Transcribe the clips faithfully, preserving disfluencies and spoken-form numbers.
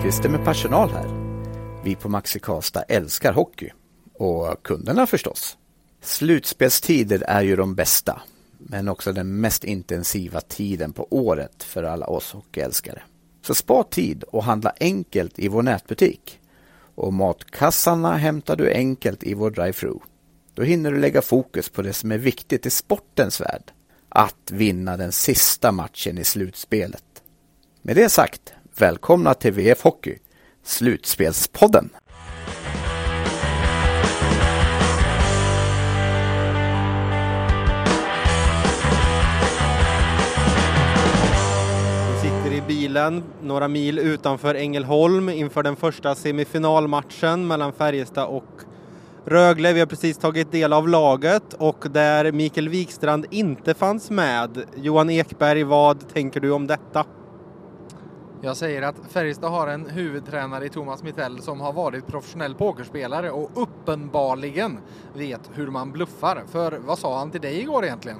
Lundqvist med personal här. Vi på Maxi Karlstad älskar hockey. Och kunderna förstås. Slutspelstider är ju de bästa. Men också den mest intensiva tiden på året för alla oss hockeyälskare. Så spar tid och handla enkelt i vår nätbutik. Och matkassarna hämtar du enkelt i vår drive-thru. Då hinner du lägga fokus på det som är viktigt i sportens värld. Att vinna den sista matchen i slutspelet. Med det sagt, välkomna till V F Hockey, Slutspelspodden. Vi sitter i bilen några mil utanför Ängelholm inför den första semifinalmatchen mellan Färjestad och Rögle. Vi har precis tagit del av laget och där Mikael Wikstrand inte fanns med. Johan Ekberg, vad tänker du om detta? Jag säger att Färjestad har en huvudtränare i Thomas Mittell som har varit professionell pokerspelare och uppenbarligen vet hur man bluffar. För vad sa han till dig igår egentligen?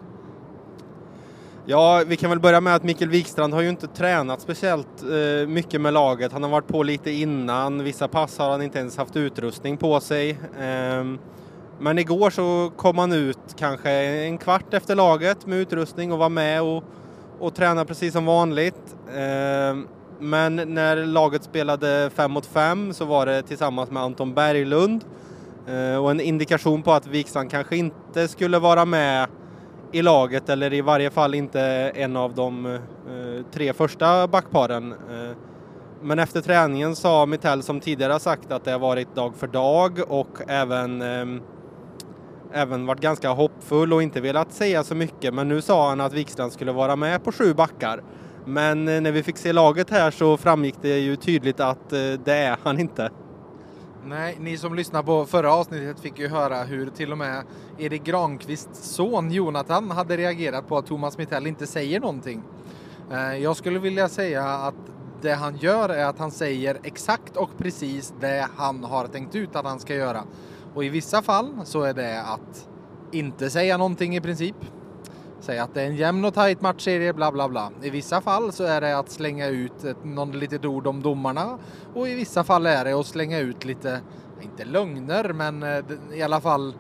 Ja, vi kan väl börja med att Mikael Wikstrand har ju inte tränat speciellt eh, mycket med laget. Han har varit på lite innan. Vissa pass har han inte ens haft utrustning på sig. Eh, men igår så kom han ut kanske en kvart efter laget med utrustning och var med och, och tränade precis som vanligt. Eh, men när laget spelade fem mot fem så var det tillsammans med Anton Berglund. Eh, och en indikation på att Wikstrand kanske inte skulle vara med i laget, eller i varje fall inte en av de eh, tre första backparen. Eh, men efter träningen sa Mittell, som tidigare har sagt, att det har varit dag för dag och även, eh, även varit ganska hoppfull och inte velat säga så mycket. Men nu sa han att Wikstrand skulle vara med på sju backar. Men eh, när vi fick se laget här så framgick det ju tydligt att eh, det är han inte. Nej, ni som lyssnade på förra avsnittet fick ju höra hhur till och med Erik Granqvists son Jonathan hade reagerat på att Thomas Mittell inte säger någonting. Jag skulle vilja säga att det han gör är att han säger exakt och precis det han har tänkt ut att han ska göra. Och i vissa fall så är det att inte säga någonting i princip. Säga att det är en jämn och tajt matchserie, bla bla bla. I vissa fall så är det att slänga ut ett, någon litet ord om domarna. Och i vissa fall är det att slänga ut lite, inte lögner, men i alla fall.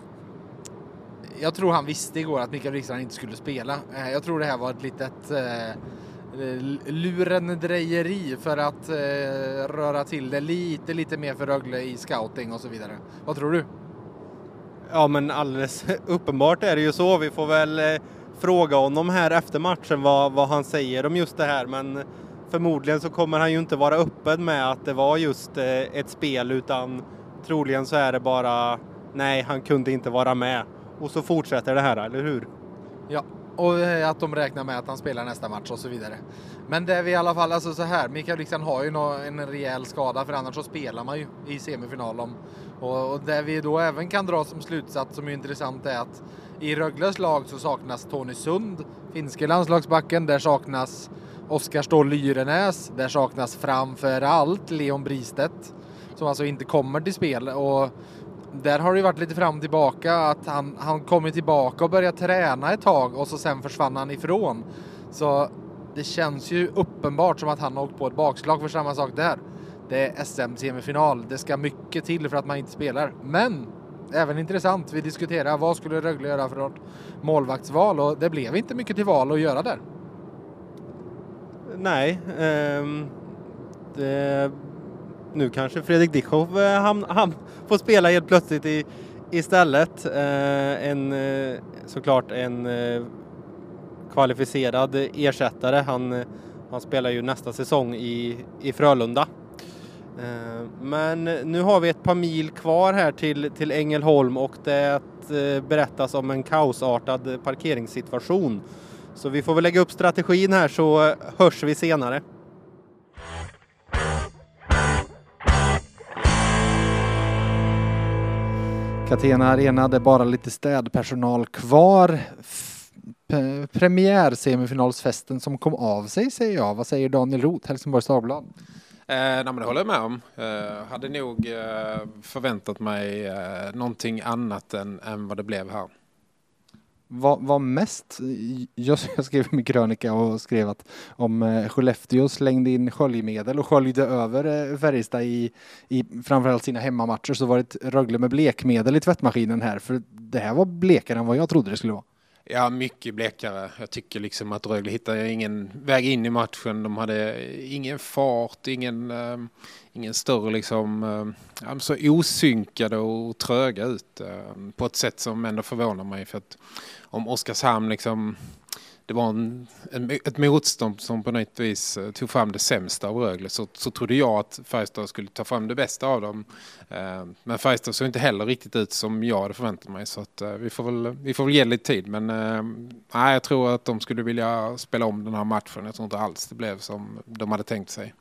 Jag tror han visste igår att Mikael Wikstrand inte skulle spela. Jag tror det här var ett litet eh, lurendrejeri för att eh, röra till det lite, lite mer för Rögle i scouting och så vidare. Vad tror du? Ja, men alldeles uppenbart är det ju så. Vi får väl eh, fråga honom här efter matchen vad, vad han säger om just det här. Men förmodligen så kommer han ju inte vara öppen med att det var just eh, ett spel, utan troligen så är det bara nej, han kunde inte vara med. Och så fortsätter det här, eller hur? Ja, och att de räknar med att han spelar nästa match och så vidare. Men det är vi i alla fall, alltså så här, Mikael Wikstrand har ju nå, en rejäl skada, för annars så spelar man ju i semifinal om. Och, och det vi då även kan dra som slutsats som är intressant är att i Rögles lag så saknas Tony Sund, finske landslagsbacken, där saknas Oskar Ståhl Lyrenäs, där saknas framför allt Leon Bristedt som alltså inte kommer till spel. Och där har det ju varit lite fram och tillbaka att han, han kommer tillbaka och börjar träna ett tag och så sen försvann han ifrån. Så det känns ju uppenbart som att han har åkt på ett bakslag för samma sak där. Det är S M-semifinal. Det ska mycket till för att man inte spelar. Men även intressant. Vi diskuterar vad skulle Rögle göra för ett målvaktsval. Och det blev inte mycket till val att göra där. Nej. Um, det, nu kanske Fredrik Dichow han, han får spela helt plötsligt i, istället. Uh, en, uh, såklart en uh, kvalificerad ersättare. Han, han spelar ju nästa säsong i, i Frölunda. Men nu har vi ett par mil kvar här till, till Ängelholm och det berättas om en kaosartad parkeringssituation. Så vi får väl lägga upp strategin här, så hörs vi senare. Catena Arena, det är bara lite städpersonal kvar. P- premiär semifinalsfesten som kom av sig, säger jag. Vad säger Daniel Roth, Helsingborgs Dagblad? Eh, nej, men det håller jag med om. Eh, hade nog eh, förväntat mig eh, någonting annat än, än vad det blev här. Vad var mest, jag skrev min krönika och skrev att om eh, Skellefteå slängde in sköljmedel och sköljde över eh, Färjestad i, i framförallt sina hemmamatcher, så var det ett Rögle med blekmedel i tvättmaskinen här, för det här var blekare än vad jag trodde det skulle vara. Ja, mycket blekare. Jag tycker liksom att Rögle hittade ingen väg in i matchen. De hade ingen fart, ingen, äh, ingen större liksom, äh, så osynkade och tröga ut äh, på ett sätt som ändå förvånar mig. För att om Oskarshamn liksom, det var en, en, ett motstånd som på något vis uh, tog fram det sämsta av Rögle, så, så trodde jag att Färjestad skulle ta fram det bästa av dem. Uh, men Färjestad såg inte heller riktigt ut som jag hade förväntat mig, så att, uh, vi, får väl, vi får väl ge lite tid. Men uh, nej, jag tror att de skulle vilja spela om den här matchen. Jag tror inte alls det blev som de hade tänkt sig.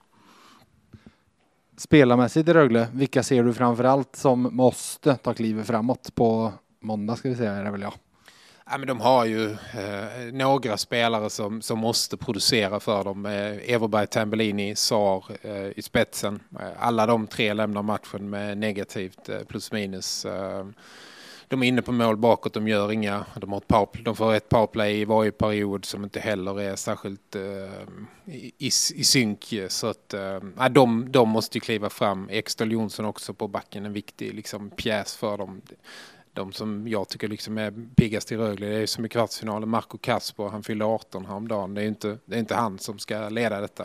Spelarmässigt i Rögle, vilka ser du framförallt som måste ta klivet framåt på måndag, ska vi säga, är det väl jag? Ja, men de har ju eh, några spelare som, som måste producera för dem. Eh, Everberg, Tambellini, Sar eh, i spetsen. Eh, alla de tre lämnar matchen med negativt eh, plus minus. Eh, de är inne på mål bakåt, de gör inga. De, har ett power, de får ett powerplay i varje period som inte heller är särskilt eh, i, i, i synk. Så att, eh, de, de måste ju kliva fram. Ekstol Jonsson också på backen, en viktig liksom, pjäs för dem. De som jag tycker liksom är piggast i Rögle, det är som i kvartsfinalen Marco Kasper, han fyllde arton häromdagen. Det är inte, det är inte han som ska leda detta.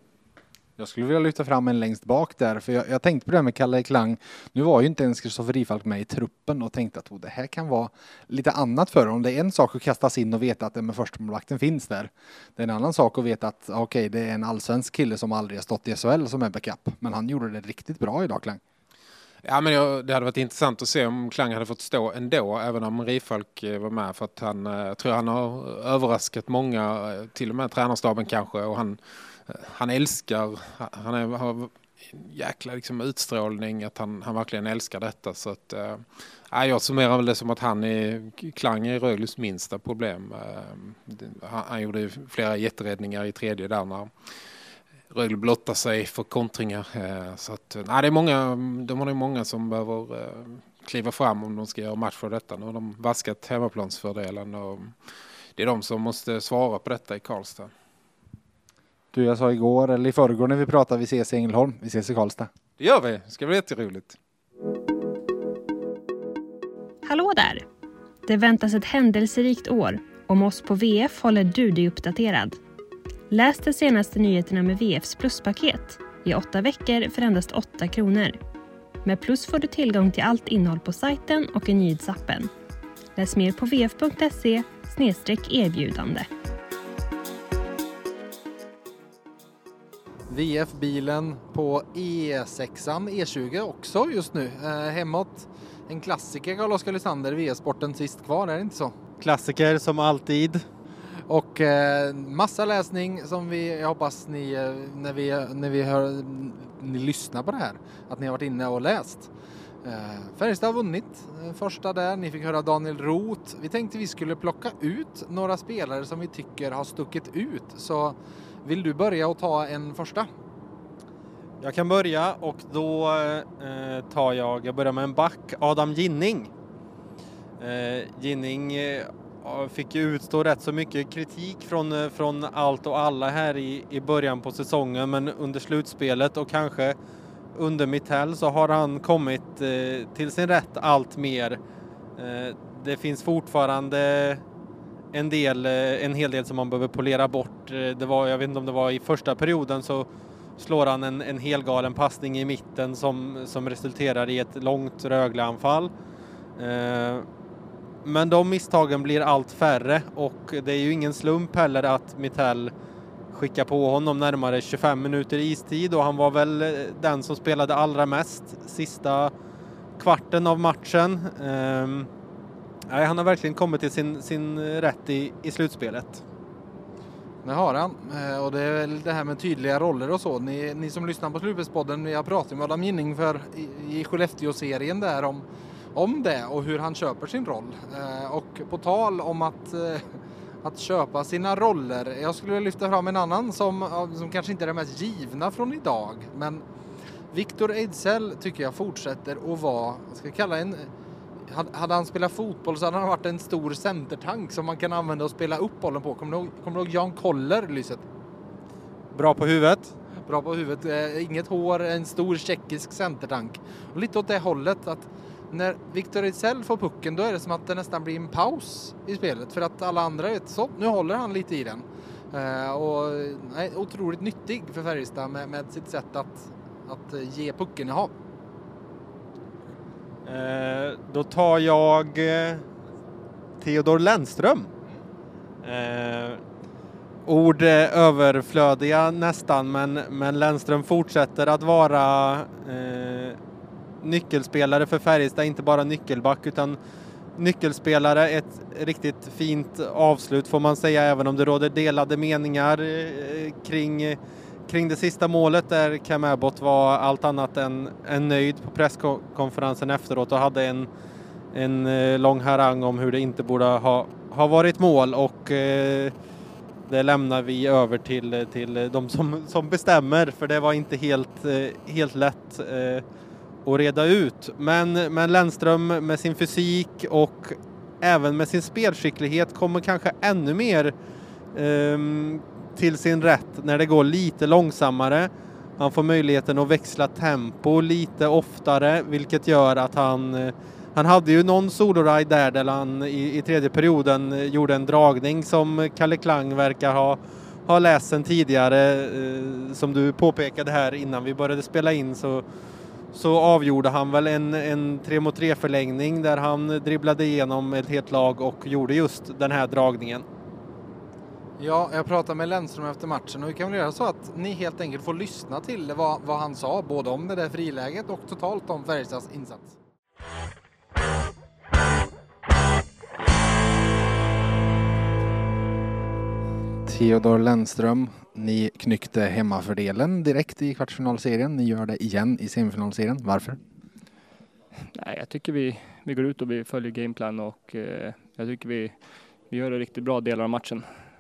Jag skulle vilja lyfta fram en längst bak där, för jag, jag tänkte på det här med Kalle Klang. Nu var ju inte ens Kristoffer Rifalk med i truppen och tänkte att oh, det här kan vara lite annat för honom. Det är en sak att kastas in och veta att den med första målvakten finns där. Det är en annan sak att veta att okej, okay, det är en allsvensk kille som aldrig har stått i S H L som är backup. Men han gjorde det riktigt bra idag, Klang. Ja, men det hade varit intressant att se om Klang hade fått stå ändå, även om Rifalk var med, för att han, jag tror han har överraskat många, till och med tränarstaben kanske, och han, han älskar, han är, har en jäkla liksom utstrålning att han, han verkligen älskar detta, så att äh, jag summerar väl det som att han är, Klang är Rögles minsta problem. Han, han gjorde flera jätteräddningar i tredje där när Rögle blottar sig för kontringar. Så att, nej, det är många, de har ju många som behöver eh, kliva fram om de ska göra match för detta. Nu har de vaskat hemmaplansfördelen och det är de som måste svara på detta i Karlstad. Du, jag sa igår, eller i förrgår när vi pratade, vi ses i Ängelholm, vi ses i Karlstad. Det gör vi, det ska bli jätteroligt. Hallå där! Det väntas ett händelserikt år. Om oss på V F håller du dig uppdaterad. Läs de senaste nyheterna med V Fs pluspaket i åtta veckor för endast åtta kronor. Med plus får du tillgång till allt innehåll på sajten och i nyhetsappen. Läs mer på vf.se snedstreck erbjudande. V F-bilen på E sex, E tjugo också just nu. Eh, hemåt en klassiker, Carl-Oskar Lysander, V F-sporten sist kvar, är det inte så? Klassiker som alltid. Och eh, massa läsning som vi, jag hoppas ni, eh, när vi, när vi hör, ni lyssnar på det här, att ni har varit inne och läst. Eh, Färjestad har vunnit eh, första där, ni fick höra Daniel Roth. Vi tänkte vi skulle plocka ut några spelare som vi tycker har stuckit ut. Så vill du börja och ta en första? Jag kan börja och då eh, tar jag, jag börjar med en back, Adam Ginning. Eh, Ginning eh, fick ju utstå rätt så mycket kritik från, från allt och alla här i, i början på säsongen, men under slutspelet och kanske under Mitell så har han kommit eh, till sin rätt allt mer. Eh, det finns fortfarande en del, eh, en hel del som man behöver polera bort. Eh, det var, jag vet inte om det var i första perioden, så slår han en, en helgalen passning i mitten som, som resulterar i ett långt Rögle-anfall. Eh, Men de misstagen blir allt färre och det är ju ingen slump heller att Mitell skickar på honom närmare tjugofem minuter istid, och han var väl den som spelade allra mest sista kvarten av matchen. Um, nej, han har verkligen kommit till sin, sin rätt i, i slutspelet. Det har han, och det är väl det här med tydliga roller och så. Ni, ni som lyssnar på Slutspelspodden, vi har pratat med Adam Ginning för i, i Skellefteå-serien där om om det och hur han köper sin roll. Eh, och på tal om att, eh, att köpa sina roller, jag skulle lyfta fram en annan som, som kanske inte är det mest givna från idag, men Victor Ejdsell tycker jag fortsätter att vara, jag ska kalla en, hade han spelat fotboll så hade han varit en stor centertank som man kan använda och spela upp bollen på. Kommer du ihåg, kommer du ihåg Jan Koller, Lyset? Bra på huvudet. Bra på huvudet. Eh, inget hår, en stor tjeckisk centertank. Och lite åt det hållet att när Victor Ejdsell får pucken, då är det som att det nästan blir en paus i spelet. För att alla andra vet, så nu håller han lite i den. Eh, och nej, otroligt nyttig för Färjestad med, med sitt sätt att, att ge pucken i hav. Eh, då tar jag eh, Theodor Lennström. Eh, ord eh, överflödiga nästan, men, men Lennström fortsätter att vara eh, nyckelspelare för Färjestad, inte bara nyckelback utan nyckelspelare. Ett riktigt fint avslut får man säga, även om det råder delade meningar eh, kring, eh, kring det sista målet där Cam Abbott var allt annat än, än nöjd på presskonferensen efteråt och hade en, en eh, lång harang om hur det inte borde ha, ha varit mål, och eh, det lämnar vi över till, till de som, som bestämmer, för det var inte helt, helt lätt eh, att reda ut. Men, men Lennström med sin fysik och även med sin spelskicklighet kommer kanske ännu mer eh, till sin rätt när det går lite långsammare. Han får möjligheten att växla tempo lite oftare, vilket gör att han... Han hade ju någon soloride där, där han i, i tredje perioden gjorde en dragning som Kalle Klang verkar ha, ha läst sen tidigare. Eh, som du påpekade här innan vi började spela in, så, så avgjorde han väl en, en tre mot tre förlängning där han dribblade igenom ett helt lag och gjorde just den här dragningen. Ja, jag pratade med Lennström efter matchen och vi kan väl göra så att ni helt enkelt får lyssna till vad, vad han sa, både om det där friläget och totalt om Färjestads insats. Theodor Lennström, ni knyckte hemmafördelen direkt i kvartsfinalserien. Ni gör det igen i semifinalserien. Varför? Nej, jag tycker vi, vi går ut och vi följer gameplan och eh, jag tycker vi, vi gör det riktigt bra delar av matchen.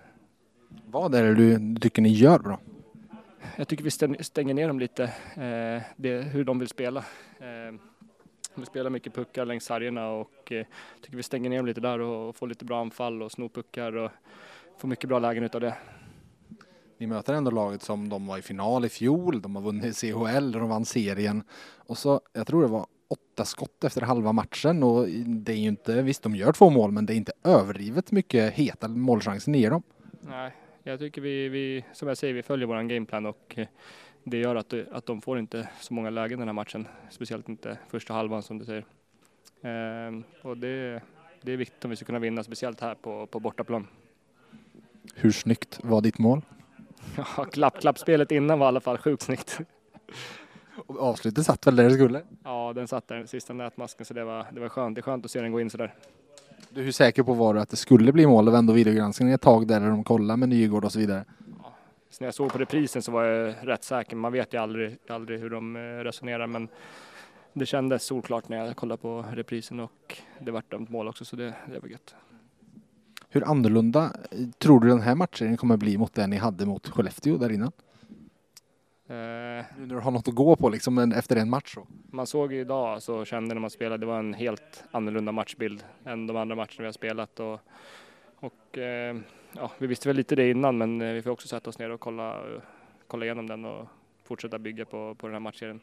Vad är det du tycker ni gör bra? Jag tycker vi stänger ner dem lite, eh, det, hur de vill spela. Eh, de spelar mycket puckar längs sargerna och eh, tycker vi stänger ner dem lite där och får lite bra anfall och snor puckar och får mycket bra lägen utav det. Ni möter ändå laget som de var i final i fjol, de har vunnit C H L och de vann serien. Och så, jag tror det var åtta skott efter halva matchen och det är ju inte, visst de gör två mål, men det är inte överdrivet mycket heta målchanser ni ger dem. Nej, jag tycker vi, vi som jag säger, vi följer våran gameplan och det gör att, att de får inte så många lägen den här matchen. Speciellt inte första halvan som du säger. Ehm, och det, det är viktigt om vi ska kunna vinna, speciellt här på, på bortaplan. Hur snyggt var ditt mål? Ja, klapp, klappspelet innan var i alla fall sjukt snyggt. Och avslutet satt väl där det skulle? Ja, den satt där, sista nätmasken, så det var, det var skönt. Det är skönt att se den gå in så där. Du, hur säker på var du att det skulle bli mål och vända videogranskningen ett tag där de kollar med Nygård och så vidare? Ja, så när jag såg på reprisen så var jag rätt säker. Man vet ju aldrig, aldrig hur de resonerar, men det kändes solklart när jag kollade på reprisen och det var ett mål också, så det, det var gött. Hur annorlunda tror du den här matchen kommer bli mot den ni hade mot Skellefteå där innan? Eh, nu när du har något att gå på liksom efter en match så. Man såg ju idag, så kände när man spelade, det var en helt annorlunda matchbild än de andra matcherna vi har spelat. Och, och eh, ja, vi visste väl lite det innan, men vi får också sätta oss ner och kolla, kolla igenom den och fortsätta bygga på, på den här matchen.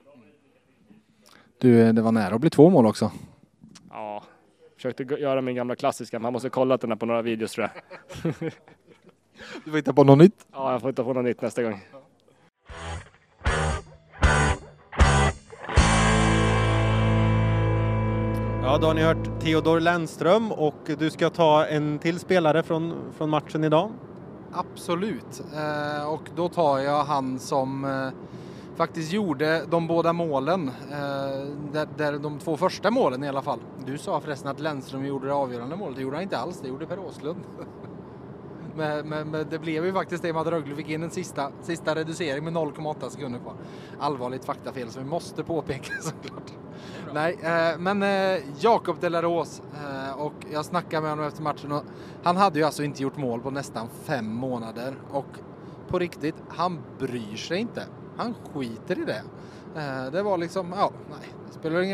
Du, det var nära att bli två mål också. Ja, försökte göra min gamla klassiska. Man måste kolla den här på några videos, tror jag. Du får hitta på något nytt? Ja, jag får hitta på något nytt nästa gång. Ja, då har ni hört Theodor Lennström och du ska ta en till spelare från, från matchen idag. Absolut. Eh, och då tar jag han som eh, faktiskt gjorde de båda målen. Eh, där, där de två första målen i alla fall. Du sa förresten att Lennström gjorde det avgörande målet. Det gjorde han inte alls. Det gjorde Per Åslund. men, men, men det blev ju faktiskt det med att Rögle fick in en sista, sista reducering med noll komma åtta sekunder kvar. Allvarligt faktafel som vi måste påpeka såklart. Nej, eh, men eh, Jakob Delaros eh, och jag snackade med honom efter matchen och han hade ju alltså inte gjort mål på nästan fem månader och på riktigt, han bryr sig inte. Han skiter i det. Eh, det var liksom, ja, nej, det spelar ingen roll.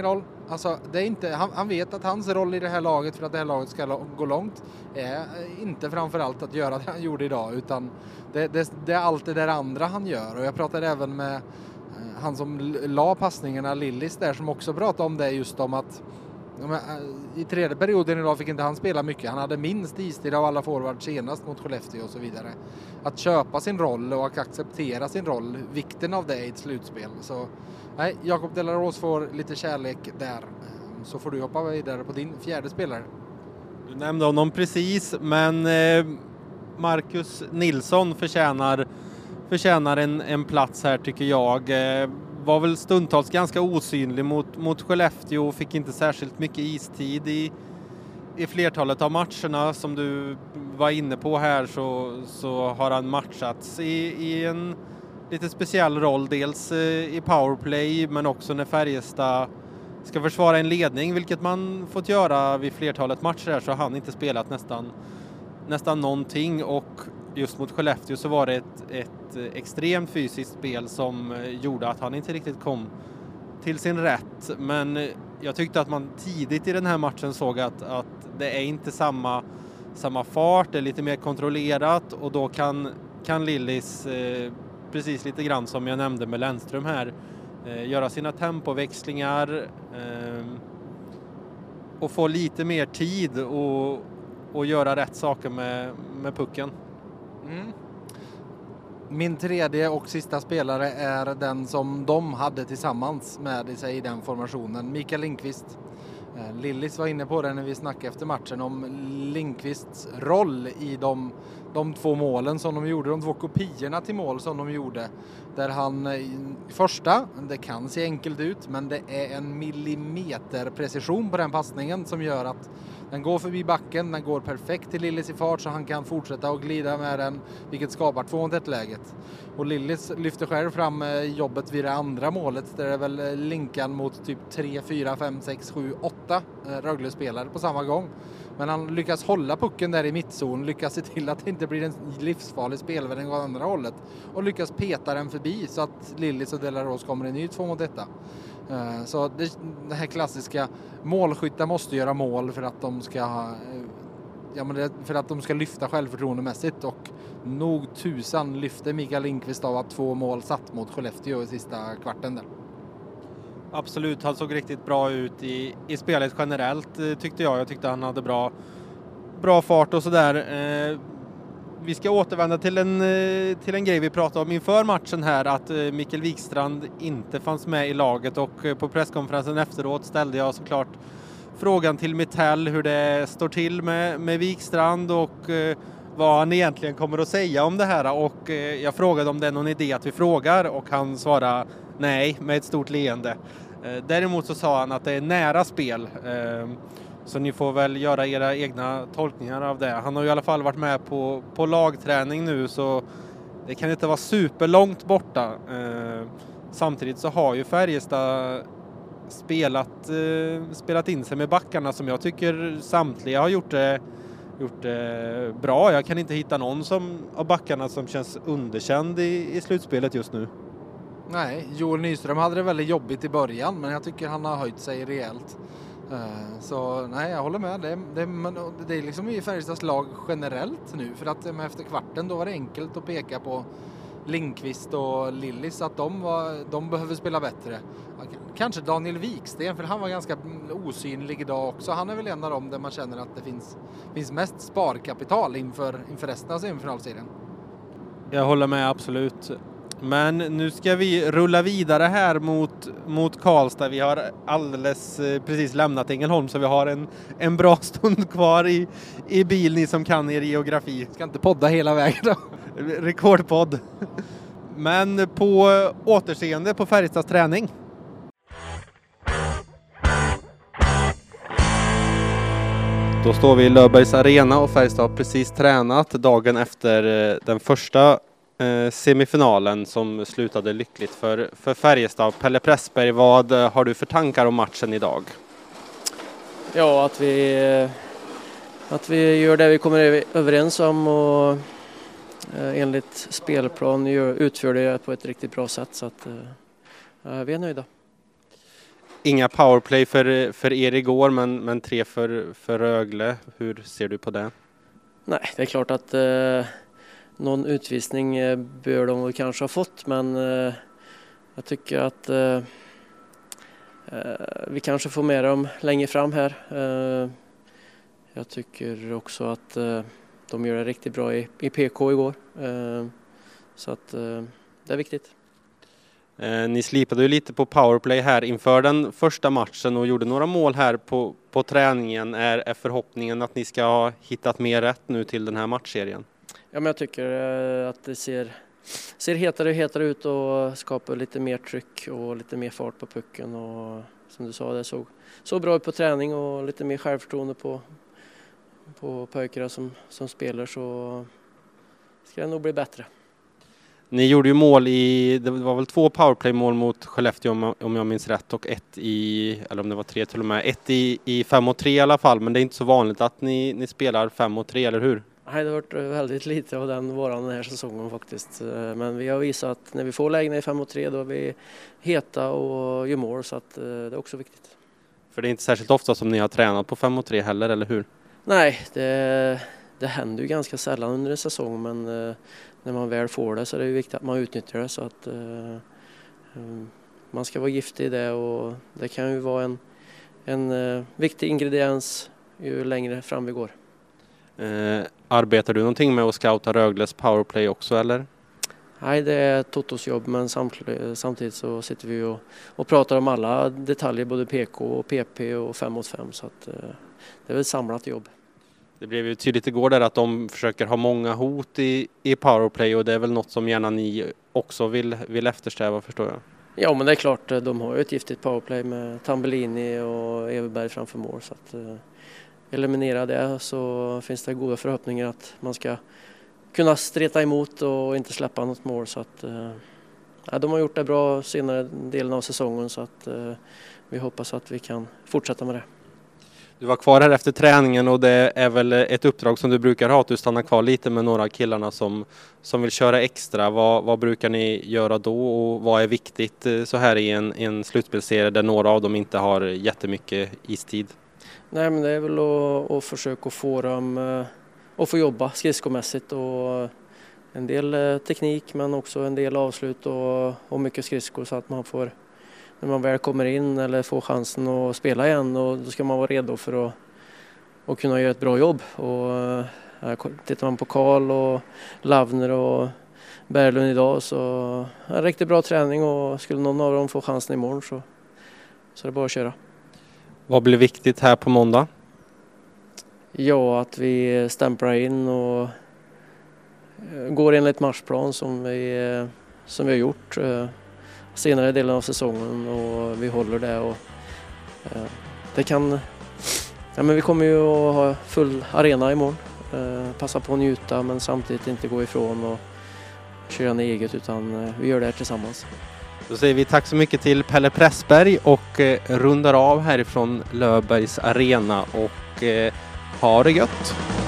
Alltså, det är inte, han, han vet att hans roll i det här laget för att det här laget ska lo- gå långt är inte framförallt att göra det han gjorde idag, utan det, det, det är allt det där andra han gör. Och jag pratade även med eh, han som l- la passningarna, Lillis där, som också pratade om det, just om att ja, men, i tredje perioden idag fick inte han spela mycket. Han hade minst istid av alla forwards senast mot Skellefteå och så vidare. Att köpa sin roll och att acceptera sin roll, vikten av det i ett slutspel. Så nej, Jakob De La Rose får lite kärlek där. Så får du hoppa vidare på din fjärde spelare. Du nämnde honom precis, men eh, Marcus Nilsson förtjänar, förtjänar en, en plats här tycker jag. Eh, var väl stundtals ganska osynlig mot, mot Skellefteå och fick inte särskilt mycket istid i, i flertalet av matcherna. Som du var inne på här så, så har han matchats i, i en lite speciell roll. Dels eh, i powerplay, men också när Färjestad ska försvara en ledning, vilket man fått göra vid flertalet matcher här, så har han inte spelat nästan, nästan någonting. Och just mot Skellefteå så var det ett, ett extremt fysiskt spel som gjorde att han inte riktigt kom till sin rätt. Men jag tyckte att man tidigt i den här matchen såg att, att det är inte samma, samma fart, det är lite mer kontrollerat, och då kan, kan Lillis, eh, precis lite grann som jag nämnde med Lennström här, eh, göra sina tempoväxlingar eh, och få lite mer tid och, och göra rätt saker med, med pucken. Mm. Min tredje och sista spelare är den som de hade tillsammans med sig i den formationen, Mikael Lindqvist. Lillis var inne på det när vi snackade efter matchen om Lindqvists roll i de, de två målen som de gjorde, de två kopiorna till mål som de gjorde. Där han i första, det kan se enkelt ut, men det är en millimeter precision på den passningen som gör att den går förbi backen, den går perfekt till Lillis i fart så han kan fortsätta och glida med den, vilket skapar två mot ett läget. Och Lillis lyfter själv fram jobbet vid det andra målet, där det är väl linkan mot typ tre, fyra, fem, sex, sju, åtta Rögle-spelare på samma gång. Men han lyckas hålla pucken där i mittzon, lyckas se till att det inte blir en livsfarlig spelvändning åt andra hållet och lyckas peta den förbi så att Lillis och De La Rose kommer i ny två mot detta. Så det, det här klassiska, målskyttar måste göra mål för att de ska ja, men det, för att de ska lyfta självförtroendemässigt, och nog tusan lyfter Mikael Lindqvist av att två mål satt mot Skellefteå i sista kvarten där. Absolut, han såg riktigt bra ut i, i spelet generellt tyckte jag. Jag tyckte han hade bra, bra fart och sådär. Eh, vi ska återvända till en, till en grej vi pratade om inför matchen här, att eh, Mikael Wikstrand inte fanns med i laget, och eh, på presskonferensen efteråt ställde jag såklart frågan till Mitell hur det står till med, med Wikstrand och eh, vad han egentligen kommer att säga om det här, och eh, jag frågade om det är någon idé att vi frågar, och han svarade nej med ett stort leende. Eh, däremot så sa han att det är nära spel, eh, så ni får väl göra era egna tolkningar av det. Han har ju i alla fall varit med på, på lagträning nu, så det kan inte vara superlångt borta. Eh, samtidigt så har ju Färjestad spelat, eh, spelat in sig med backarna som jag tycker samtliga har gjort det, gjort det bra. Jag kan inte hitta någon som, av backarna som känns underkänd i, i slutspelet just nu. Nej, Joel Nyström hade det väldigt jobbigt i början, men jag tycker han har höjt sig rejält. Så nej, jag håller med. Det, det, det är liksom i Färjestads lag generellt nu, för att efter kvarten då var det enkelt att peka på Lindqvist och Lillis att de, var, de behöver spela bättre. Kanske Daniel Wiksten, för han var ganska osynlig idag också. Han är väl en av dem där man känner att det finns, finns mest sparkapital inför, inför resten av semifinalserien. Jag håller med, absolut. Men nu ska vi rulla vidare här mot, mot Karlstad. Vi har alldeles eh, precis lämnat Ängelholm, så vi har en, en bra stund kvar i, i bil, ni som kan er geografi. Ska inte podda hela vägen då? Rekordpodd. Men på återseende på Färjestads träning. Då står vi i Löfbergs arena och Färjestad har precis tränat dagen efter den första eh, semifinalen som slutade lyckligt för, för Färjestad. Pelle Pressberg, vad har du för tankar om matchen idag? Ja, att vi, att vi gör det vi kommer överens om och eh, enligt spelplan gör, utför det på ett riktigt bra sätt, så att eh, vi är nöjda. inga powerplay för, för er igår, men, men tre för, för Rögle. Hur ser du på det? Nej, det är klart att eh, någon utvisning eh, bör de kanske ha fått, men eh, jag tycker att eh, eh, vi kanske får med dem längre fram här. Eh, jag tycker också att eh, de gör det riktigt bra i, i P K igår. Eh, så att eh, det är viktigt. Eh, ni slipade ju lite på powerplay här inför den första matchen och gjorde några mål här på, på träningen. Är, är förhoppningen att ni ska ha hittat mer rätt nu till den här matchserien? Ja, men jag tycker eh, att det ser, ser hetare och hetare ut och skapar lite mer tryck och lite mer fart på pucken. Och som du sa, det såg så bra ut på träning och lite mer självförtroende på, på pojkarna som, som spelar, så ska det nog bli bättre. Ni gjorde ju mål i, det var väl två powerplay-mål mot Skellefteå om, om jag minns rätt, och ett i, eller om det var tre till och med, ett i, i fem mot tre i alla fall, men det är inte så vanligt att ni, ni spelar fem mot tre, eller hur? Nej, det har varit väldigt lite av den varan den här säsongen faktiskt, men vi har visat att när vi får lägen i fem mot tre då är vi heta och gör mål, så att det är också viktigt. För det är inte särskilt ofta som ni har tränat på fem mot tre heller, eller hur? Nej, det, det händer ju ganska sällan under en säsong, men när man väl får det så är det viktigt att man utnyttjar det, så att uh, man ska vara giftig i det, och det kan ju vara en, en uh, viktig ingrediens ju längre fram vi går. Uh, arbetar du någonting med att scouta Rögles powerplay också, eller? Nej, det är Totos jobb, men samtidigt, samtidigt så sitter vi och, och pratar om alla detaljer, både P K och P P och fem mot fem, så att uh, det är väl ett samlat jobb. Det blev ju tydligt igår där att de försöker ha många hot i, i powerplay, och det är väl något som gärna ni också vill, vill eftersträva, förstår jag. Ja, men det är klart, de har ju ett giftigt powerplay med Tambellini och Everberg framför mål, så att eh, eliminera det så finns det goda förhoppningar att man ska kunna streta emot och inte släppa något mål, så att eh, de har gjort det bra senare delen av säsongen, så att eh, vi hoppas att vi kan fortsätta med det. Du var kvar här efter träningen, och det är väl ett uppdrag som du brukar ha, att du stannar kvar lite med några killarna som, som vill köra extra. Vad, vad brukar ni göra då, och vad är viktigt så här i en, en slutspelsserie där några av dem inte har jättemycket istid? Nej, men det är väl att, att försöka få dem att få jobba skridskomässigt, och en del teknik men också en del avslut och, och mycket skridskor, så att man får, när man väl kommer in eller får chansen att spela igen, och då ska man vara redo för att, att kunna göra ett bra jobb. Och tittar man på Karl och Lavner och Berglund idag, så är det en riktigt bra träning, och skulle någon av dem få chansen imorgon så, så är det bara att köra. Vad blir viktigt här på måndag? Ja, att vi stämplar in och går enligt matchplan som vi, som vi har gjort senare delen av säsongen, och vi håller det, och eh, det kan, ja, men vi kommer ju att ha full arena imorgon, eh, passa på att njuta men samtidigt inte gå ifrån och köra ner eget, utan eh, vi gör det här tillsammans. Då säger vi tack så mycket till Pelle Pressberg och eh, rundar av härifrån Löfbergs arena, och eh, ha det gött!